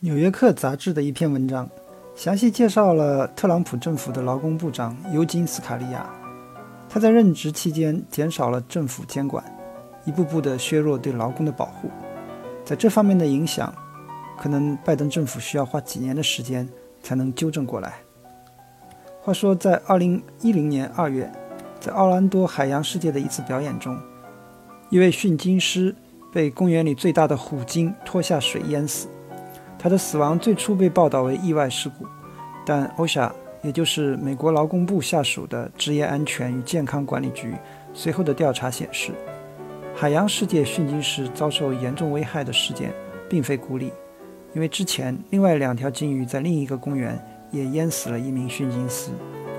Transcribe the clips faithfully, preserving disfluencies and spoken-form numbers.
《纽约客》杂志的一篇文章，详细介绍了特朗普政府的劳工部长尤金·斯卡利亚。他在任职期间减少了政府监管，一步步地削弱对劳工的保护。在这方面的影响，可能拜登政府需要花几年的时间才能纠正过来。话说，在二零一零年二月，在奥兰多海洋世界的一次表演中，一位训鲸师被公园里最大的虎鲸拖下水淹死。他的死亡最初被报道为意外事故，但 O S H A 也就是美国劳工部下属的职业安全与健康管理局随后的调查显示，海洋世界训鲸师遭受严重危害的事件并非孤立，因为之前另外两条鲸鱼在另一个公园也淹死了一名训鲸师。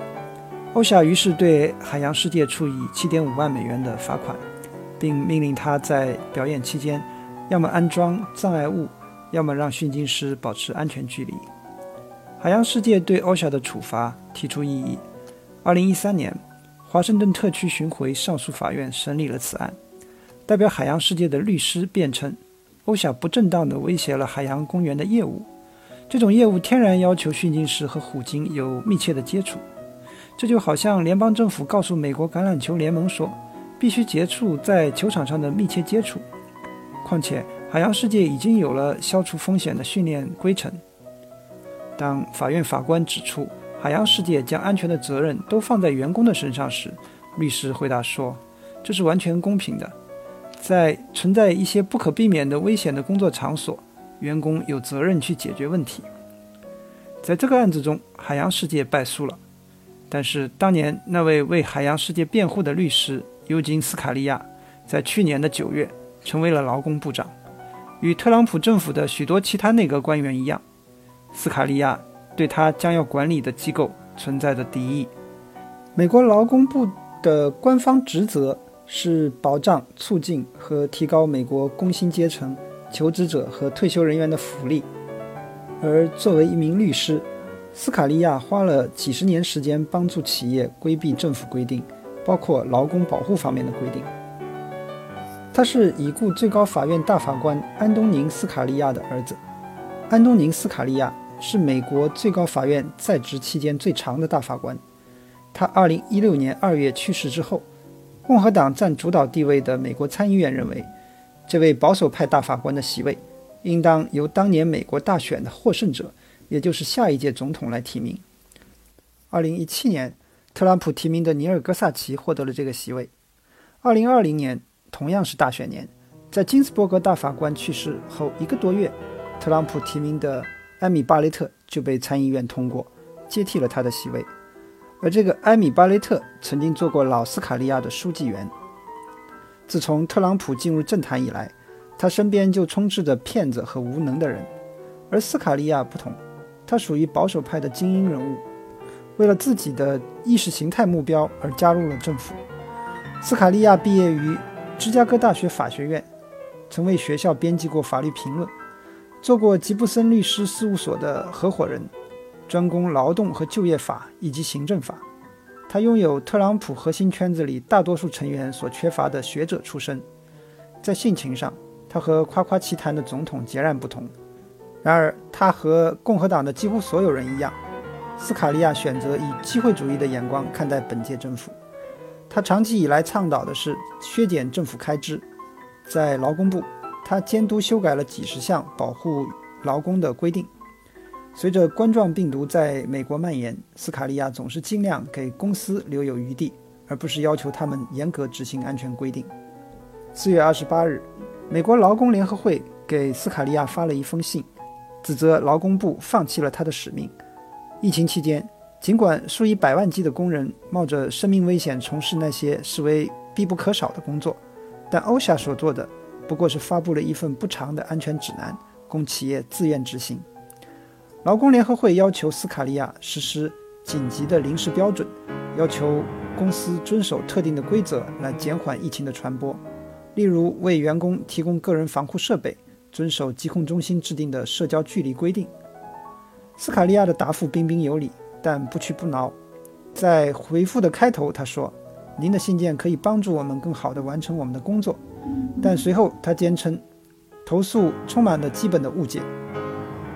O S H A 于是对海洋世界处以 七点五万美元的罚款，并命令他在表演期间要么安装障碍物，要么让训鲸师保持安全距离。海洋世界对 O S H A 的处罚提出异议。二零一三年，华盛顿特区巡回上诉法院审理了此案。代表海洋世界的律师辩称 O S H A 不正当地威胁了海洋公园的业务，这种业务天然要求训鲸师和虎鲸有密切的接触。这就好像联邦政府告诉美国橄榄球联盟说，必须结束在球场上的密切接触。况且海洋世界已经有了消除风险的训练规程。当法院法官指出海洋世界将安全的责任都放在员工的身上时，律师回答说，这是完全公平的。在存在一些不可避免的危险的工作场所，员工有责任去解决问题。在这个案子中，海洋世界败诉了，但是当年那位为海洋世界辩护的律师尤金·斯卡利亚在去年的九月成为了劳工部长。与特朗普政府的许多其他内阁官员一样，斯卡利亚对他将要管理的机构存在着敌意。美国劳工部的官方职责是保障、促进和提高美国工薪阶层、求职者和退休人员的福利。而作为一名律师，斯卡利亚花了几十年时间帮助企业规避政府规定，包括劳工保护方面的规定。他是已故最高法院大法官安东宁·斯卡利亚的儿子。安东宁·斯卡利亚是美国最高法院在职期间最长的大法官。他二零一六年二月去世之后，共和党占主导地位的美国参议院认为，这位保守派大法官的席位应当由当年美国大选的获胜者，也就是下一届总统来提名。二零一七年，特朗普提名的尼尔·戈萨奇获得了这个席位。二零二零年同样是大选年，在金斯伯格大法官去世后一个多月，特朗普提名的埃米·巴雷特就被参议院通过，接替了他的席位。而这个埃米·巴雷特曾经做过老斯卡利亚的书记员。自从特朗普进入政坛以来，他身边就充斥着骗子和无能的人。而斯卡利亚不同，他属于保守派的精英人物，为了自己的意识形态目标而加入了政府。斯卡利亚毕业于芝加哥大学法学院，曾为学校编辑过法律评论，做过吉布森律师事务所的合伙人，专攻劳动和就业法以及行政法。他拥有特朗普核心圈子里大多数成员所缺乏的学者出身。在性情上，他和夸夸其谈的总统截然不同。然而，他和共和党的几乎所有人一样，斯卡利亚选择以机会主义的眼光看待本届政府。他长期以来倡导的是削减政府开支。在劳工部，他监督修改了几十项保护劳工的规定。随着冠状病毒在美国蔓延，斯卡利亚总是尽量给公司留有余地，而不是要求他们严格执行安全规定。四月二十八日，美国劳工联合会给斯卡利亚发了一封信，指责劳工部放弃了他的使命。疫情期间，尽管数以百万计的工人冒着生命危险从事那些视为必不可少的工作，但 O S H A 所做的不过是发布了一份不长的安全指南，供企业自愿执行。劳工联合会要求斯卡利亚实施紧急的临时标准，要求公司遵守特定的规则来减缓疫情的传播，例如为员工提供个人防护设备，遵守疾控中心制定的社交距离规定。斯卡利亚的答复彬彬有礼，但不屈不挠。在回复的开头，他说，您的信件可以帮助我们更好地完成我们的工作。但随后他坚称，投诉充满了基本的误解。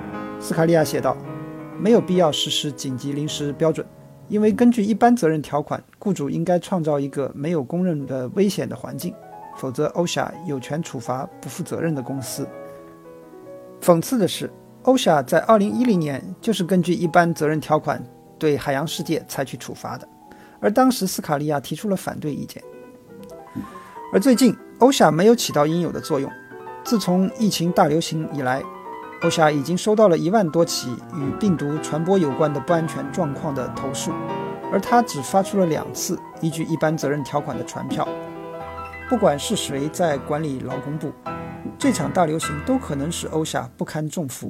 斯卡利亚写道，没有必要实施紧急临时标准，因为根据一般责任条款，雇主应该创造一个没有公认的危险的环境，否则 O S H A 有权处罚不负责任的公司。讽刺的是， O S H A 在二零一零年就是根据一般责任条款对海洋世界采取处罚的，而当时斯卡利亚提出了反对意见。而最近 O S H A 没有起到应有的作用，自从疫情大流行以来， O S H A 已经收到了一万多起与病毒传播有关的不安全状况的投诉，而他只发出了两次依据一般责任条款的传票。不管是谁在管理劳工部，这场大流行都可能使 O S H A 不堪重负。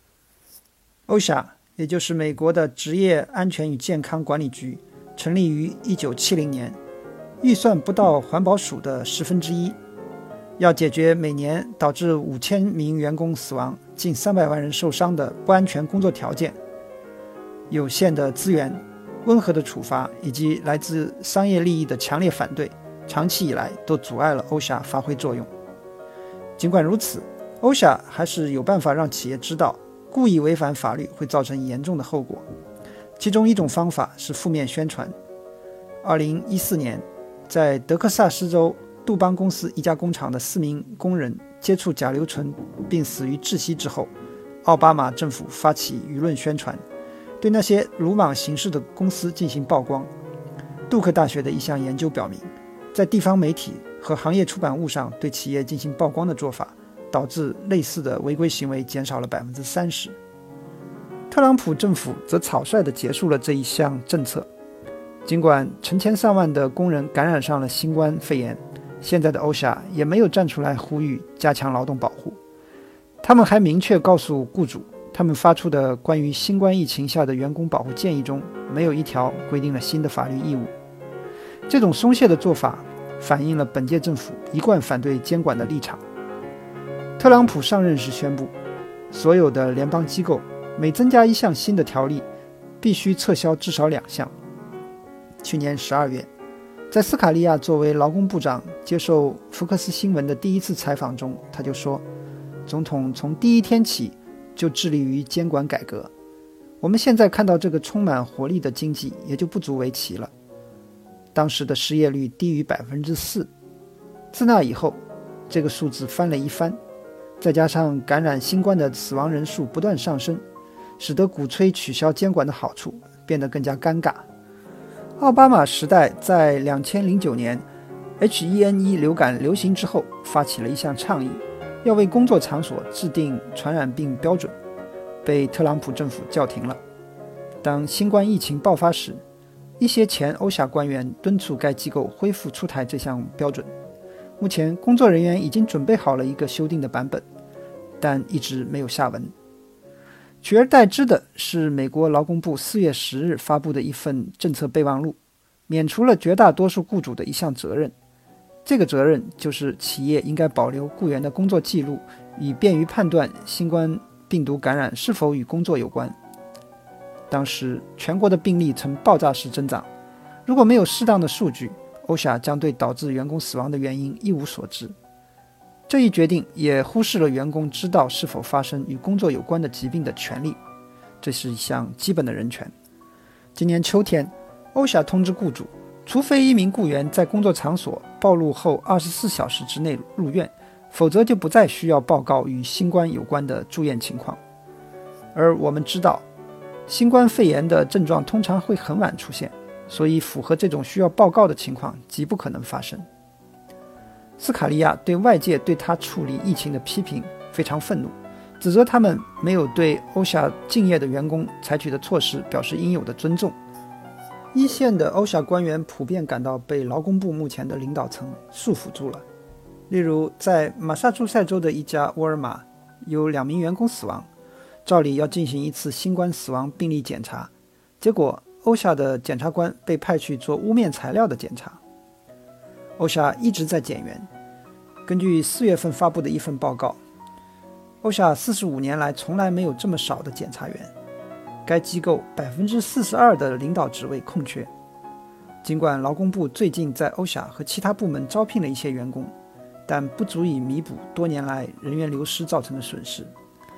O S H A 也就是美国的职业安全与健康管理局，成立于一九七零年，预算不到环保署的十分之一，要解决每年导致五千名员工死亡、近三百万人受伤的不安全工作条件。有限的资源、温和的处罚以及来自商业利益的强烈反对，长期以来都阻碍了 O S H A 发挥作用。尽管如此， O S H A 还是有办法让企业知道故意违反法律会造成严重的后果，其中一种方法是负面宣传。二零一四年，在德克萨斯州杜邦公司一家工厂的四名工人接触甲硫醇并死于窒息之后，奥巴马政府发起舆论宣传，对那些鲁莽行事的公司进行曝光。杜克大学的一项研究表明，在地方媒体和行业出版物上对企业进行曝光的做法，导致类似的违规行为减少了 百分之三十。 特朗普政府则草率地结束了这一项政策。尽管成千上万的工人感染上了新冠肺炎，现在的 O S H A 也没有站出来呼吁加强劳动保护。他们还明确告诉雇主，他们发出的关于新冠疫情下的员工保护建议中没有一条规定了新的法律义务。这种松懈的做法反映了本届政府一贯反对监管的立场。特朗普上任时宣布，所有的联邦机构每增加一项新的条例，必须撤销至少两项。去年十二月，在斯卡利亚作为劳工部长接受福克斯新闻的第一次采访中，他就说，总统从第一天起就致力于监管改革，我们现在看到这个充满活力的经济也就不足为奇了。当时的失业率低于 百分之四， 自那以后这个数字翻了一番，再加上感染新冠的死亡人数不断上升，使得鼓吹取消监管的好处变得更加尴尬。奥巴马时代在二零零九年 H 一 N 一 流感流行之后，发起了一项倡议，要为工作场所制定传染病标准，被特朗普政府叫停了。当新冠疫情爆发时，一些前 O S H A 官员敦促该机构恢复出台这项标准。目前工作人员已经准备好了一个修订的版本，但一直没有下文。取而代之的是美国劳工部四月十日发布的一份政策备忘录，免除了绝大多数雇主的一项责任。这个责任就是企业应该保留雇员的工作记录，以便于判断新冠病毒感染是否与工作有关。当时全国的病例呈爆炸式增长，如果没有适当的数据， O S H A 将对导致员工死亡的原因一无所知。这一决定也忽视了员工知道是否发生与工作有关的疾病的权利，这是一项基本的人权。今年秋天， O S H A 通知雇主，除非一名雇员在工作场所暴露后二十四小时之内入院，否则就不再需要报告与新冠有关的住院情况。而我们知道，新冠肺炎的症状通常会很晚出现，所以符合这种需要报告的情况极不可能发生。斯卡利亚对外界对他处理疫情的批评非常愤怒，指责他们没有对 O S H A 敬业的员工采取的措施表示应有的尊重。一线的 O S H A 官员普遍感到被劳工部目前的领导层束缚住了。例如，在马萨诸塞州的一家沃尔玛，有两名员工死亡，照理要进行一次新冠死亡病例检查，结果 O S H A 的检察官被派去做污蔑材料的检查。O S H A 一直在减员。根据四月份发布的一份报告， O S H A 四十五年来从来没有这么少的检察员。该机构 百分之四十二 的领导职位空缺。尽管劳工部最近在 O S H A 和其他部门招聘了一些员工，但不足以弥补多年来人员流失造成的损失。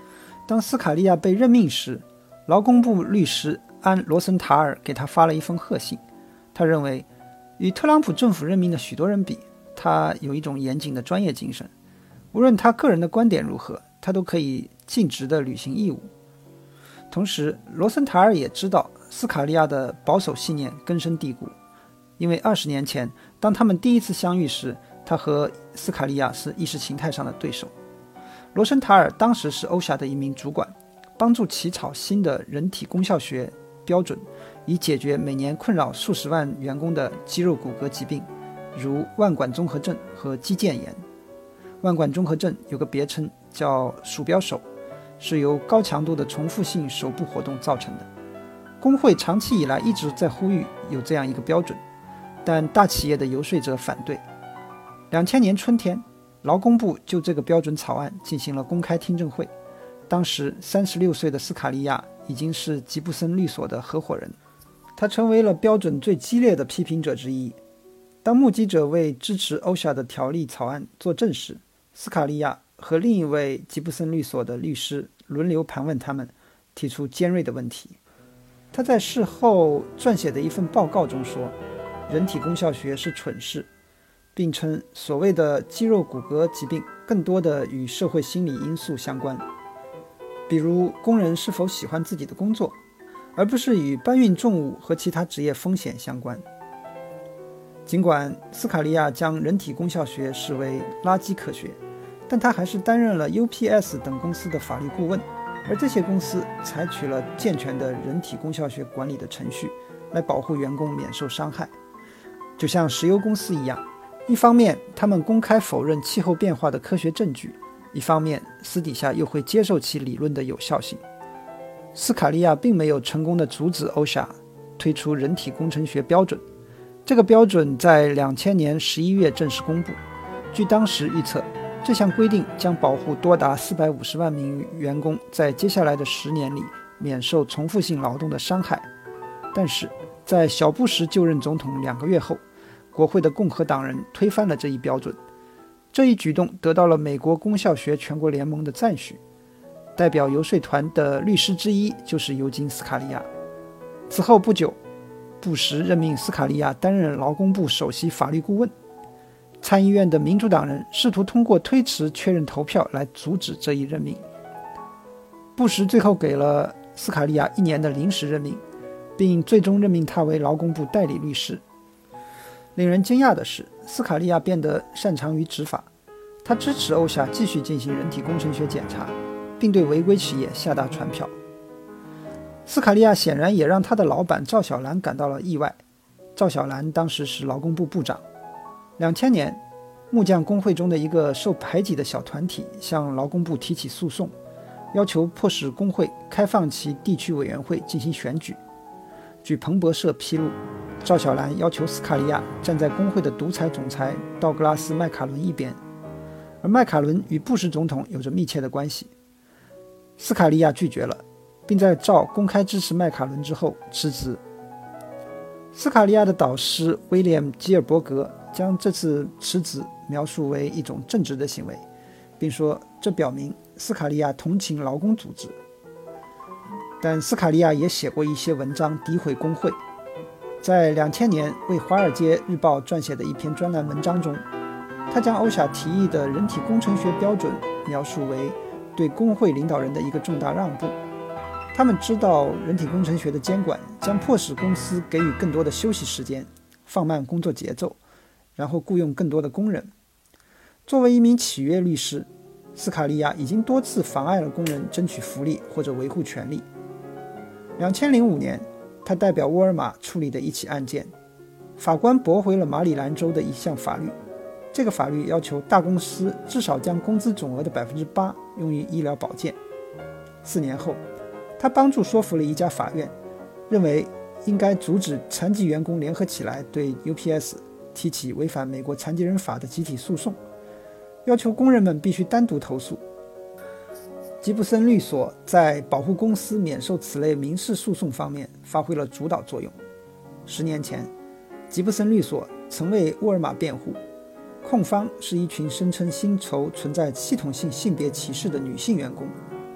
当斯卡利亚被任命时，劳工部律师安·罗森塔尔给他发了一封贺信。他认为，与特朗普政府任命的许多人比，他有一种严谨的专业精神。无论他个人的观点如何，他都可以尽职地履行义务。同时，罗森塔尔也知道斯卡利亚的保守信念根深蒂固，因为二十年前，当他们第一次相遇时，他和斯卡利亚是意识形态上的对手。罗森塔尔当时是欧夏的一名主管，帮助起草新的人体功效学标准，以解决每年困扰数十万员工的肌肉骨骼疾病，如腕管综合症和肌腱炎。腕管综合症有个别称叫鼠标手，是由高强度的重复性手部活动造成的。工会长期以来一直在呼吁有这样一个标准，但大企业的游说者反对。两千年春天，劳工部就这个标准草案进行了公开听证会。当时三十六岁的斯卡利亚已经是吉布森律所的合伙人，他成为了标准最激烈的批评者之一。当目击者为支持欧夏的条例草案作证时，斯卡利亚和另一位吉布森律所的律师轮流盘问他们，提出尖锐的问题。他在事后撰写的一份报告中说，人体功效学是蠢事，并称所谓的肌肉骨骼疾病更多的与社会心理因素相关，比如工人是否喜欢自己的工作，而不是与搬运重物和其他职业风险相关。尽管斯卡利亚将人体功效学视为垃圾科学，但他还是担任了 U P S 等公司的法律顾问，而这些公司采取了健全的人体功效学管理的程序，来保护员工免受伤害。就像石油公司一样，一方面他们公开否认气候变化的科学证据，一方面私底下又会接受其理论的有效性。斯卡利亚并没有成功地阻止欧夏推出人体工程学标准，这个标准在两千年十一月正式公布。据当时预测，这项规定将保护多达四百五十万名员工在接下来的十年里免受重复性劳动的伤害。但是在小布什就任总统两个月后，国会的共和党人推翻了这一标准。这一举动得到了美国功效学全国联盟的赞许，代表游说团的律师之一就是尤金·斯卡利亚。此后不久，布什任命斯卡利亚担任劳工部首席法律顾问。参议院的民主党人试图通过推迟确认投票来阻止这一任命。布什最后给了斯卡利亚一年的临时任命，并最终任命他为劳工部代理律师。令人惊讶的是，斯卡利亚变得擅长于执法，他支持欧夏继续进行人体工程学检查，并对违规企业下达传票。斯卡利亚显然也让他的老板赵小兰感到了意外。赵小兰当时是劳工部部长。两千年，木匠工会中的一个受排挤的小团体向劳工部提起诉讼，要求迫使工会开放其地区委员会进行选举。据彭博社披露，赵小兰要求斯卡利亚站在工会的独裁总裁道格拉斯·麦卡伦一边，而麦卡伦与布什总统有着密切的关系。斯卡利亚拒绝了，并在赵公开支持麦卡伦之后辞职。斯卡利亚的导师威廉·基尔伯格将这次辞职描述为一种正直的行为，并说这表明斯卡利亚同情劳工组织。但斯卡利亚也写过一些文章诋毁工会。在两千年为《华尔街日报》撰写的一篇专栏文章中，他将欧夏提议的人体工程学标准描述为对工会领导人的一个重大让步。他们知道人体工程学的监管将迫使公司给予更多的休息时间，放慢工作节奏，然后雇佣更多的工人。作为一名契约律师，斯卡利亚已经多次妨碍了工人争取福利或者维护权利。两千零五年，他代表沃尔玛处理的一起案件，法官驳回了马里兰州的一项法律。这个法律要求大公司至少将工资总额的 百分之八 用于医疗保健。四年后，他帮助说服了一家法院，认为应该阻止残疾员工联合起来对 U P S 提起违反美国残疾人法的集体诉讼，要求工人们必须单独投诉。吉布森律所在保护公司免受此类民事诉讼方面发挥了主导作用。十年前，吉布森律所曾为沃尔玛辩护，控方是一群声称薪酬存在系统性性别歧视的女性员工。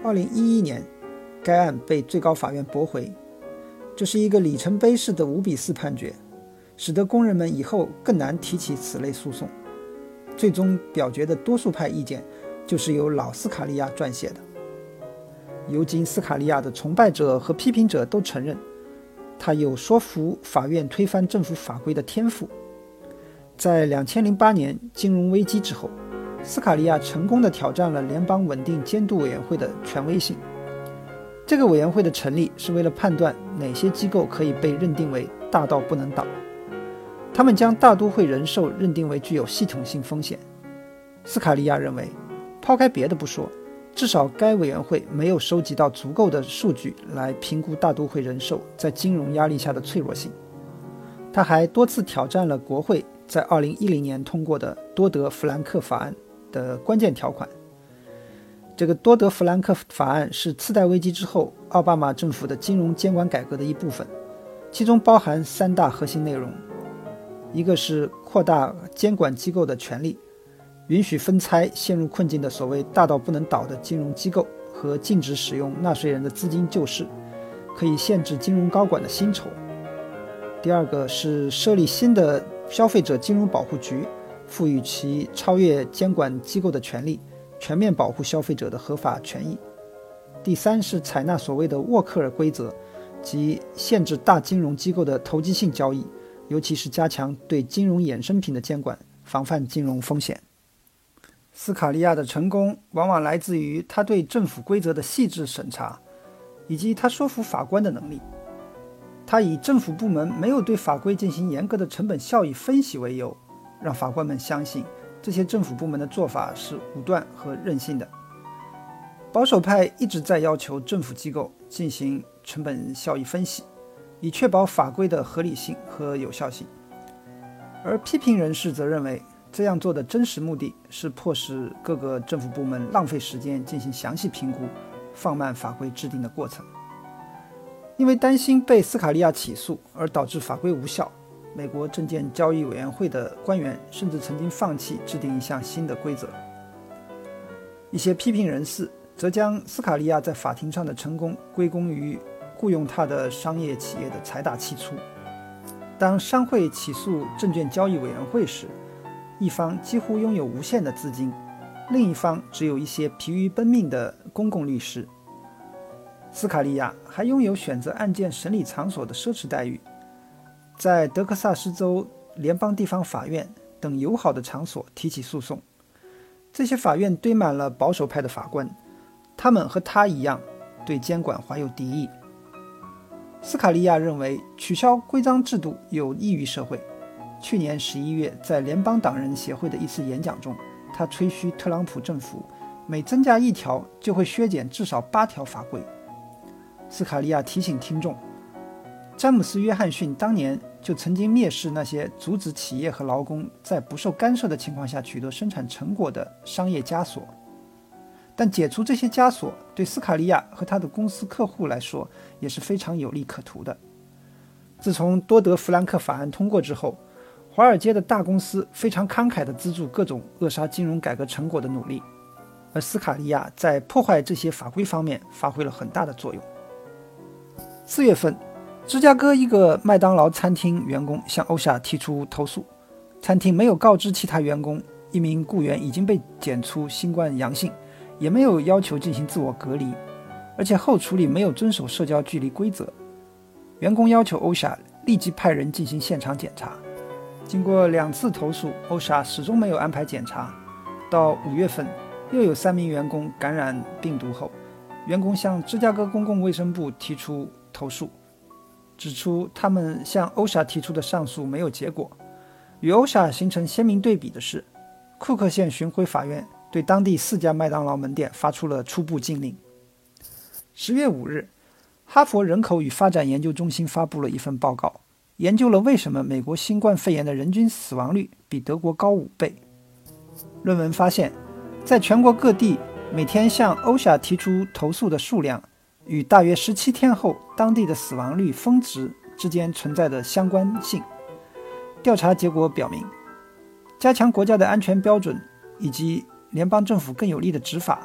二零一一年，该案被最高法院驳回，这是一个里程碑式的五比四判决，使得工人们以后更难提起此类诉讼。最终表决的多数派意见就是由老斯卡利亚撰写的。尤金·斯卡利亚的崇拜者和批评者都承认，他有说服法院推翻政府法规的天赋。在两千零八年金融危机之后，斯卡利亚成功地挑战了联邦稳定监督委员会的权威性。这个委员会的成立是为了判断哪些机构可以被认定为大到不能倒。他们将大都会人寿认定为具有系统性风险。斯卡利亚认为，抛开别的不说，至少该委员会没有收集到足够的数据来评估大都会人寿在金融压力下的脆弱性。他还多次挑战了国会在二零一零年通过的多德弗兰克法案的关键条款。这个多德弗兰克法案是次贷危机之后奥巴马政府的金融监管改革的一部分，其中包含三大核心内容。一个是扩大监管机构的权力，允许分拆陷入困境的所谓大到不能倒的金融机构，和禁止使用纳税人的资金救市，可以限制金融高管的薪酬。第二个是设立新的消费者金融保护局，赋予其超越监管机构的权利，全面保护消费者的合法权益。第三是采纳所谓的沃克尔规则，即限制大金融机构的投机性交易，尤其是加强对金融衍生品的监管，防范金融风险。斯卡利亚的成功往往来自于他对政府规则的细致审查，以及他说服法官的能力。他以政府部门没有对法规进行严格的成本效益分析为由，让法官们相信这些政府部门的做法是武断和任性的。保守派一直在要求政府机构进行成本效益分析，以确保法规的合理性和有效性。而批评人士则认为，这样做的真实目的是迫使各个政府部门浪费时间进行详细评估，放慢法规制定的过程。因为担心被斯卡利亚起诉而导致法规无效，美国证券交易委员会的官员甚至曾经放弃制定一项新的规则。一些批评人士则将斯卡利亚在法庭上的成功归功于雇佣他的商业企业的财大气粗。当商会起诉证券交易委员会时，一方几乎拥有无限的资金，另一方只有一些疲于奔命的公共律师。斯卡利亚还拥有选择案件审理场所的奢侈待遇，在德克萨斯州联邦地方法院等友好的场所提起诉讼。这些法院堆满了保守派的法官，他们和他一样对监管怀有敌意。斯卡利亚认为取消规章制度有益于社会。去年十一月，在联邦党人协会的一次演讲中，他吹嘘特朗普政府每增加一条就会削减至少八条法规。斯卡利亚提醒听众，詹姆斯·约翰逊当年就曾经蔑视那些阻止企业和劳工在不受干涉的情况下取得生产成果的商业枷锁。但解除这些枷锁对斯卡利亚和他的公司客户来说也是非常有利可图的。自从多德弗兰克法案通过之后，华尔街的大公司非常慷慨地资助各种扼杀金融改革成果的努力，而斯卡利亚在破坏这些法规方面发挥了很大的作用。四月份，芝加哥一个麦当劳餐厅员工向欧夏提出投诉，餐厅没有告知其他员工一名雇员已经被检出新冠阳性，也没有要求进行自我隔离，而且后处理没有遵守社交距离规则。员工要求欧夏立即派人进行现场检查，经过两次投诉，欧夏始终没有安排检查。到五月份，又有三名员工感染病毒后，员工向芝加哥公共卫生部提出投诉，指出他们向欧夏提出的上诉没有结果。与欧夏形成鲜明对比的是，库克县巡回法院对当地四家麦当劳门店发出了初步禁令。十月五日，哈佛人口与发展研究中心发布了一份报告，研究了为什么美国新冠肺炎的人均死亡率比德国高五倍。论文发现，在全国各地每天向欧夏提出投诉的数量与大约十七天后当地的死亡率峰值之间存在的相关性。调查结果表明，加强国家的安全标准以及联邦政府更有力的执法，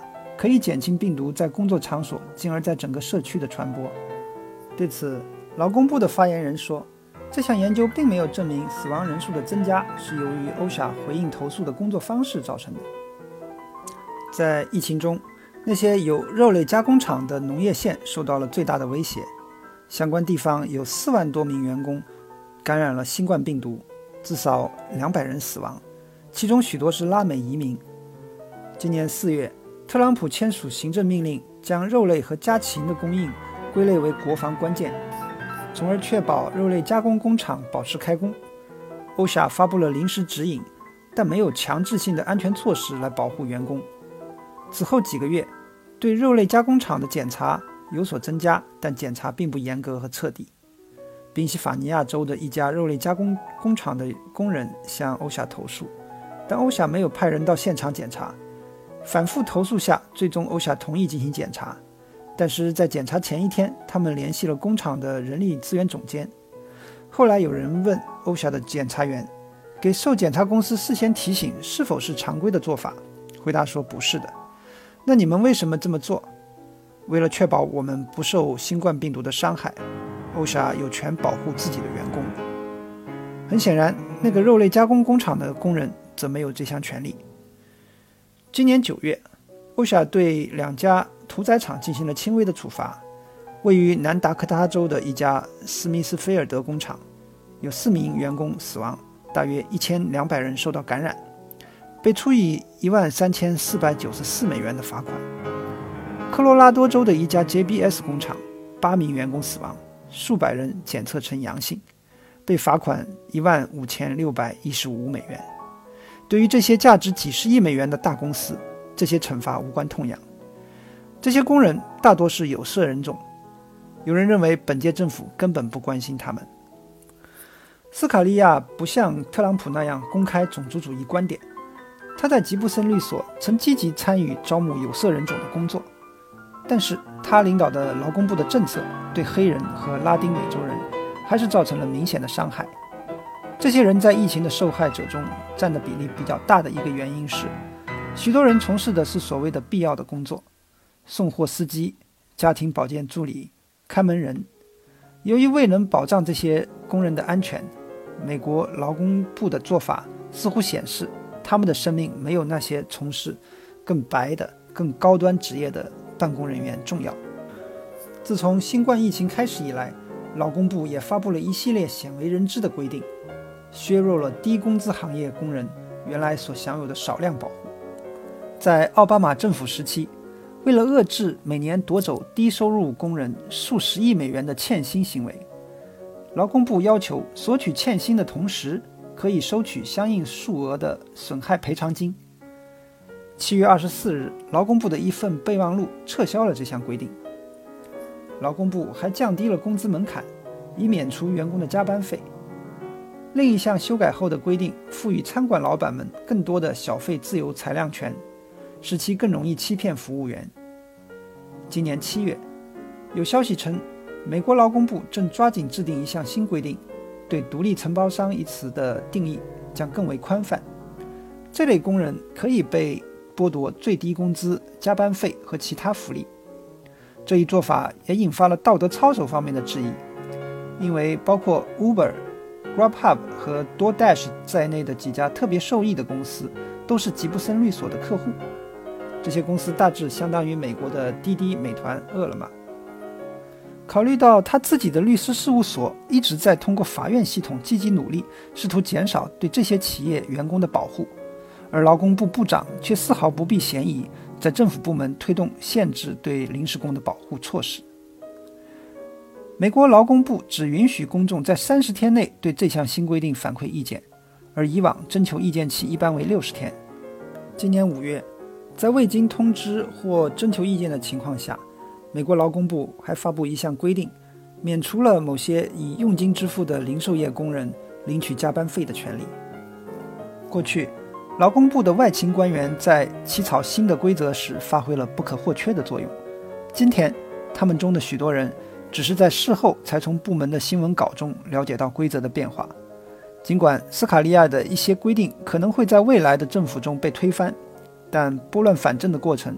可以减轻病毒在工作场所进而在整个社区的传播。对此，劳工部的发言人说，这项研究并没有证明死亡人数的增加是由于 O S H A 回应投诉的工作方式造成的。在疫情中，那些有肉类加工厂的农业县受到了最大的威胁，相关地方有四万多名员工感染了新冠病毒，至少两百人死亡，其中许多是拉美移民。今年四月，特朗普签署行政命令，将肉类和家禽的供应归类为国防关键，从而确保肉类加工工厂保持开工。 O S H A 发布了临时指引，但没有强制性的安全措施来保护员工。此后几个月，对肉类加工厂的检查有所增加，但检查并不严格和彻底。宾夕法尼亚州的一家肉类加工工厂的工人向 O S H A 投诉，但 O S H A 没有派人到现场检查。反复投诉下，最终 O S H A 同意进行检查，但是在检查前一天，他们联系了工厂的人力资源总监。后来有人问 O S H A 的检查员，给受检查公司事先提醒是否是常规的做法，回答说不是的。那你们为什么这么做？为了确保我们不受新冠病毒的伤害， O S H A 有权保护自己的员工。很显然，那个肉类加工工厂的工人则没有这项权利。今年九月 O S H A 对两家屠宰场进行了轻微的处罚。位于南达科他州的一家斯密斯菲尔德工厂有四名员工死亡，大约一千两百人受到感染，被处以一万三千四百九十四美元的罚款。科罗拉多州的一家 J B S 工厂八名员工死亡，数百人检测呈阳性，被罚款一万五千六百一十五美元。对于这些价值几十亿美元的大公司，这些惩罚无关痛痒。这些工人大多是有色人种，有人认为本届政府根本不关心他们。斯卡利亚不像特朗普那样公开种族主义观点，他在吉布森律所曾积极参与招募有色人种的工作，但是他领导的劳工部的政策对黑人和拉丁美洲人还是造成了明显的伤害。这些人在疫情的受害者中占的比例比较大的一个原因是，许多人从事的是所谓的必要的工作，送货司机、家庭保健助理、看门人。由于未能保障这些工人的安全，美国劳工部的做法似乎显示他们的生命没有那些从事更白的、更高端职业的办公人员重要。自从新冠疫情开始以来，劳工部也发布了一系列鲜为人知的规定，削弱了低工资行业工人原来所享有的少量保护。在奥巴马政府时期，为了遏制每年夺走低收入工人数十亿美元的欠薪行为，劳工部要求索取欠薪的同时，可以收取相应数额的损害赔偿金。七月二十四日，劳工部的一份备忘录撤销了这项规定。劳工部还降低了工资门槛，以免除员工的加班费。另一项修改后的规定赋予餐馆老板们更多的小费自由裁量权，使其更容易欺骗服务员。今年七月，有消息称，美国劳工部正抓紧制定一项新规定，对独立承包商一词的定义将更为宽泛。这类工人可以被剥夺最低工资、加班费和其他福利。这一做法也引发了道德操守方面的质疑，因为包括 Uber、Grubhub 和 DoorDash 在内的几家特别受益的公司都是吉布森律所的客户。这些公司大致相当于美国的滴滴、美团、饿了么。考虑到他自己的律师事务所一直在通过法院系统积极努力，试图减少对这些企业员工的保护，而劳工部部长却丝毫不避嫌疑，在政府部门推动限制对临时工的保护措施。美国劳工部只允许公众在三十天内对这项新规定反馈意见，而以往征求意见期一般为六十天。今年五月，在未经通知或征求意见的情况下，美国劳工部还发布一项规定，免除了某些以佣金支付的零售业工人领取加班费的权利。过去，劳工部的外勤官员在起草新的规则时发挥了不可或缺的作用。今天，他们中的许多人只是在事后才从部门的新闻稿中了解到规则的变化。尽管斯卡利亚的一些规定可能会在未来的政府中被推翻，但拨乱反正的过程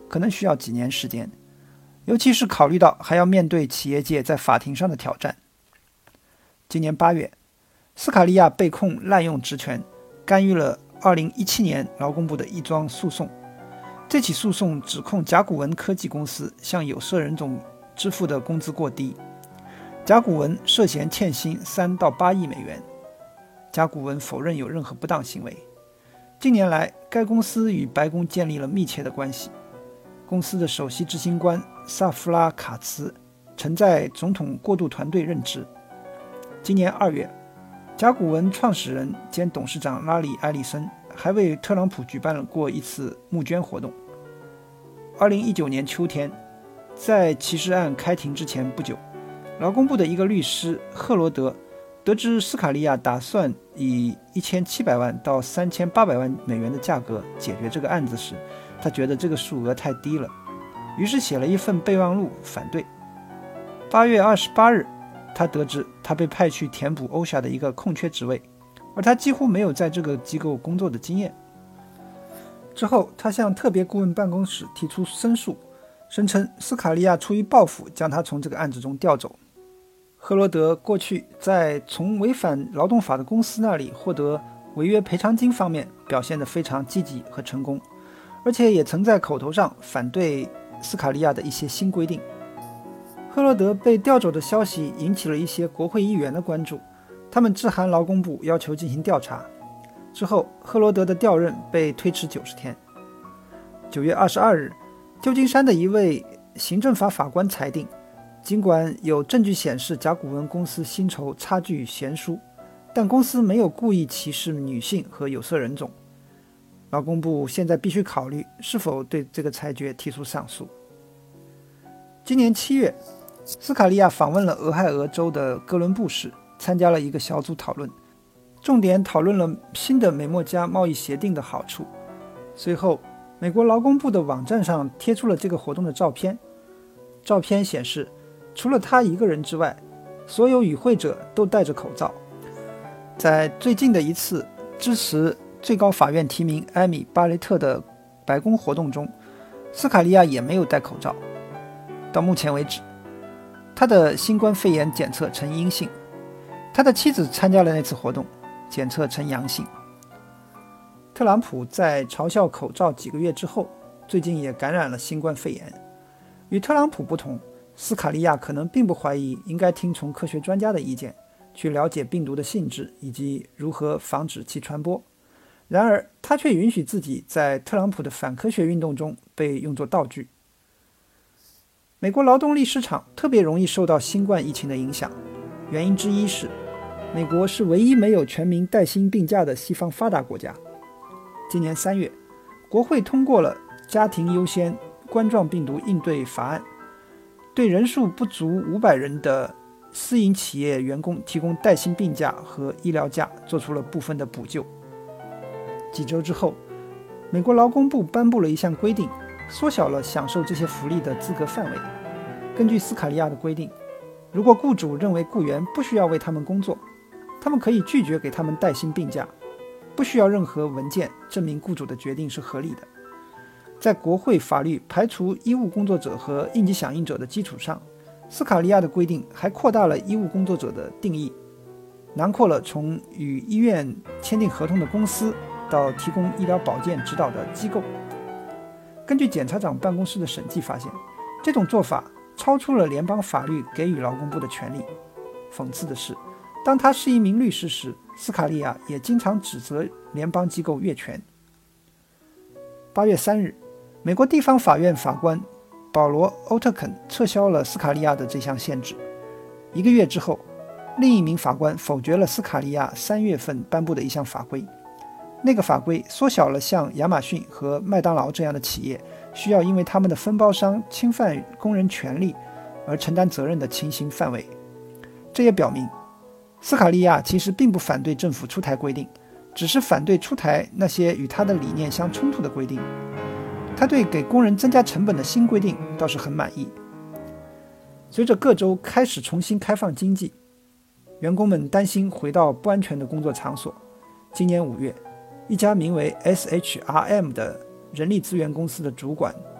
可能需要几年时间，尤其是考虑到还要面对企业界在法庭上的挑战。今年八月，斯卡利亚被控滥用职权，干预了二零一七年劳工部的一桩诉讼。这起诉讼指控甲骨文科技公司向有色人种支付的工资过低，甲骨文涉嫌欠薪三到八亿美元。甲骨文否认有任何不当行为。近年来，该公司与白宫建立了密切的关系。公司的首席执行官萨夫拉卡茨曾在总统过渡团队任职。今年二月，甲骨文创始人兼董事长拉里·埃里森还为特朗普举办了过一次募捐活动。二零一九年秋天，在歧视案开庭之前不久，劳工部的一个律师赫罗德得知斯卡利亚打算以一千七百万到三千八百万美元的价格解决这个案子时，他觉得这个数额太低了，于是写了一份备忘录反对。八月二十八日，他得知他被派去填补欧夏的一个空缺职位，而他几乎没有在这个机构工作的经验。之后，他向特别顾问办公室提出申诉，声称斯卡利亚出于报复将他从这个案子中调走。赫罗德过去在从违反劳动法的公司那里获得违约赔偿金方面表现得非常积极和成功，而且也曾在口头上反对斯卡利亚的一些新规定。赫罗德被调走的消息引起了一些国会议员的关注，他们致函劳工部要求进行调查。之后，赫罗德的调任被推迟九十天。九月二十二日，旧金山的一位行政法法官裁定，尽管有证据显示甲骨文公司薪酬差距悬殊，但公司没有故意歧视女性和有色人种。劳工部现在必须考虑是否对这个裁决提出上诉。今年七月，斯卡利亚访问了俄亥俄州的哥伦布市，参加了一个小组讨论，重点讨论了新的美墨加贸易协定的好处。随后，美国劳工部的网站上贴出了这个活动的照片。照片显示，除了他一个人之外，所有与会者都戴着口罩。在最近的一次支持最高法院提名艾米·巴雷特的白宫活动中，斯卡利亚也没有戴口罩。到目前为止，他的新冠肺炎检测呈阴性。他的妻子参加了那次活动，检测呈阳性。特朗普在嘲笑口罩几个月之后，最近也感染了新冠肺炎。与特朗普不同，斯卡利亚可能并不怀疑应该听从科学专家的意见，去了解病毒的性质以及如何防止其传播。然而，他却允许自己在特朗普的反科学运动中被用作道具。美国劳动力市场特别容易受到新冠疫情的影响，原因之一是，美国是唯一没有全民带薪病假的西方发达国家。今年三月，国会通过了家庭优先冠状病毒应对法案，对人数不足五百人的私营企业员工提供带薪病假和医疗假，做出了部分的补救。几周之后，美国劳工部颁布了一项规定，缩小了享受这些福利的资格范围。根据斯卡利亚的规定，如果雇主认为雇员不需要为他们工作，他们可以拒绝给他们带薪病假，不需要任何文件证明雇主的决定是合理的。在国会法律排除医务工作者和应急响应者的基础上，斯卡利亚的规定还扩大了医务工作者的定义，囊括了从与医院签订合同的公司到提供医疗保健指导的机构。根据检察长办公室的审计发现，这种做法超出了联邦法律给予劳工部的权利。讽刺的是，当他是一名律师时，斯卡利亚也经常指责联邦机构越权。八月三日，美国地方法院法官保罗·欧特肯撤销了斯卡利亚的这项限制。一个月之后，另一名法官否决了斯卡利亚三月份颁布的一项法规。那个法规缩小了像亚马逊和麦当劳这样的企业需要因为他们的分包商侵犯工人权利而承担责任的情形范围。这也表明，斯卡利亚其实并不反对政府出台规定，只是反对出台那些与他的理念相冲突的规定。他对给工人增加成本的新规定倒是很满意。随着各州开始重新开放经济，员工们担心回到不安全的工作场所。今年五月，一家名为 S H R M 的人力资源公司的主管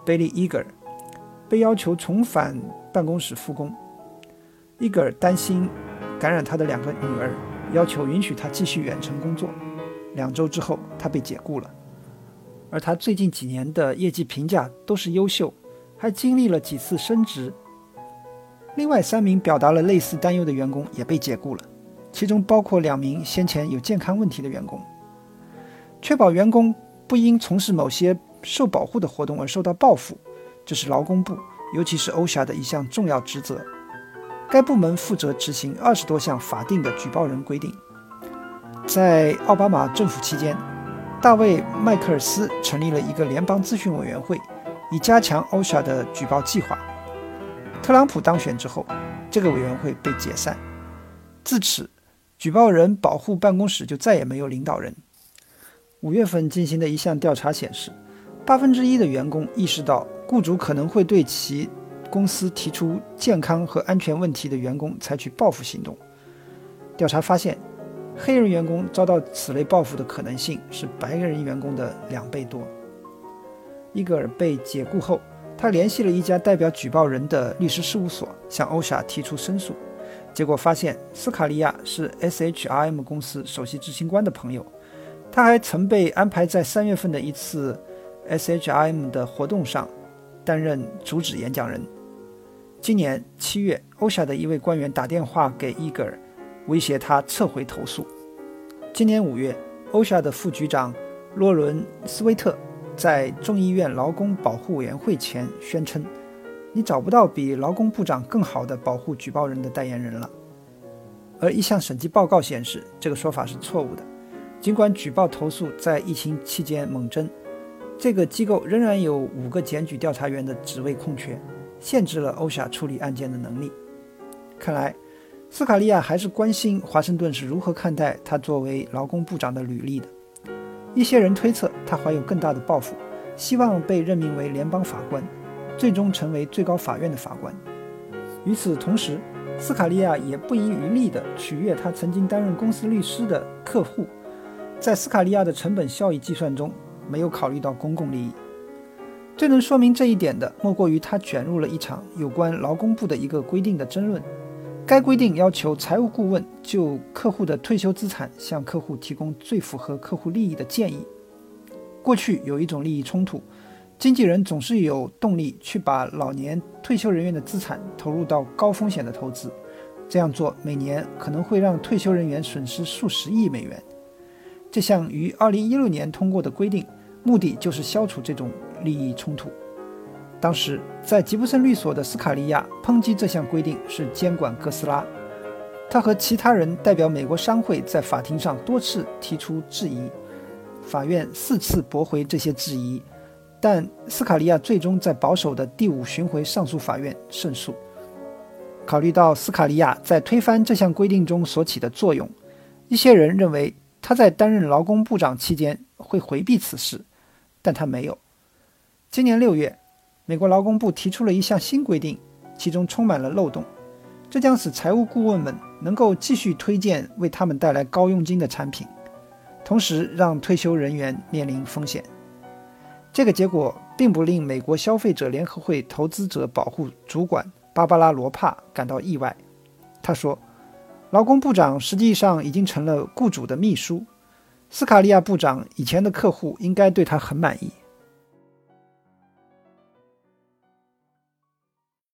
贝利·伊格尔，被要求重返办公室复工。伊格尔担心感染他的两个女儿，要求允许他继续远程工作。两周之后，他被解雇了。而他最近几年的业绩评价都是优秀，还经历了几次升职。另外三名表达了类似担忧的员工也被解雇了，其中包括两名先前有健康问题的员工。确保员工不因从事某些受保护的活动而受到报复，这是劳工部，尤其是 O S H A 的一项重要职责。该部门负责执行二十多项法定的举报人规定。在奥巴马政府期间，大卫·麦克尔斯成立了一个联邦咨询委员会，以加强 O S H A 的举报计划。特朗普当选之后，这个委员会被解散。自此，举报人保护办公室就再也没有领导人。五月份进行的一项调查显示，八分之一的员工意识到雇主可能会对其公司提出健康和安全问题的员工采取报复行动。调查发现，黑人员工遭到此类报复的可能性是白人员工的两倍多。伊格尔被解雇后，他联系了一家代表举报人的律师事务所，向 O S H A 提出申诉。结果发现，斯卡利亚是 S H R M 公司首席执行官的朋友，他还曾被安排在三月份的一次 S H R M 的活动上担任主旨演讲人。今年七月 O S H A 的一位官员打电话给伊格尔，威胁他撤回投诉。今年五月 O S H A 的副局长洛伦斯威特在众议院劳工保护委员会前宣称，你找不到比劳工部长更好的保护举报人的代言人了。而一项审计报告显示，这个说法是错误的。尽管举报投诉在疫情期间猛增，这个机构仍然有五个检举调查员的职位空缺，限制了 O S H A 处理案件的能力。看来斯卡利亚还是关心华盛顿是如何看待他作为劳工部长的履历的。一些人推测他怀有更大的抱负，希望被任命为联邦法官，最终成为最高法院的法官。与此同时，斯卡利亚也不遗余力地取悦他曾经担任公司律师的客户，在斯卡利亚的成本效益计算中没有考虑到公共利益。最能说明这一点的，莫过于他卷入了一场有关劳工部的一个规定的争论。该规定要求财务顾问就客户的退休资产向客户提供最符合客户利益的建议。过去有一种利益冲突，经纪人总是有动力去把老年退休人员的资产投入到高风险的投资，这样做每年可能会让退休人员损失数十亿美元。这项于二零一六年通过的规定，目的就是消除这种利益冲突。当时在吉布森律所的斯卡利亚抨击这项规定是监管哥斯拉，他和其他人代表美国商会在法庭上多次提出质疑，法院四次驳回这些质疑，但斯卡利亚最终在保守的第五巡回上诉法院胜诉。考虑到斯卡利亚在推翻这项规定中所起的作用，一些人认为他在担任劳工部长期间会回避此事，但他没有。今年六月，美国劳工部提出了一项新规定，其中充满了漏洞，这将使财务顾问们能够继续推荐为他们带来高佣金的产品，同时让退休人员面临风险。这个结果并不令美国消费者联合会投资者保护主管芭芭拉·罗帕感到意外。他说，劳工部长实际上已经成了雇主的秘书，斯卡利亚部长以前的客户应该对他很满意。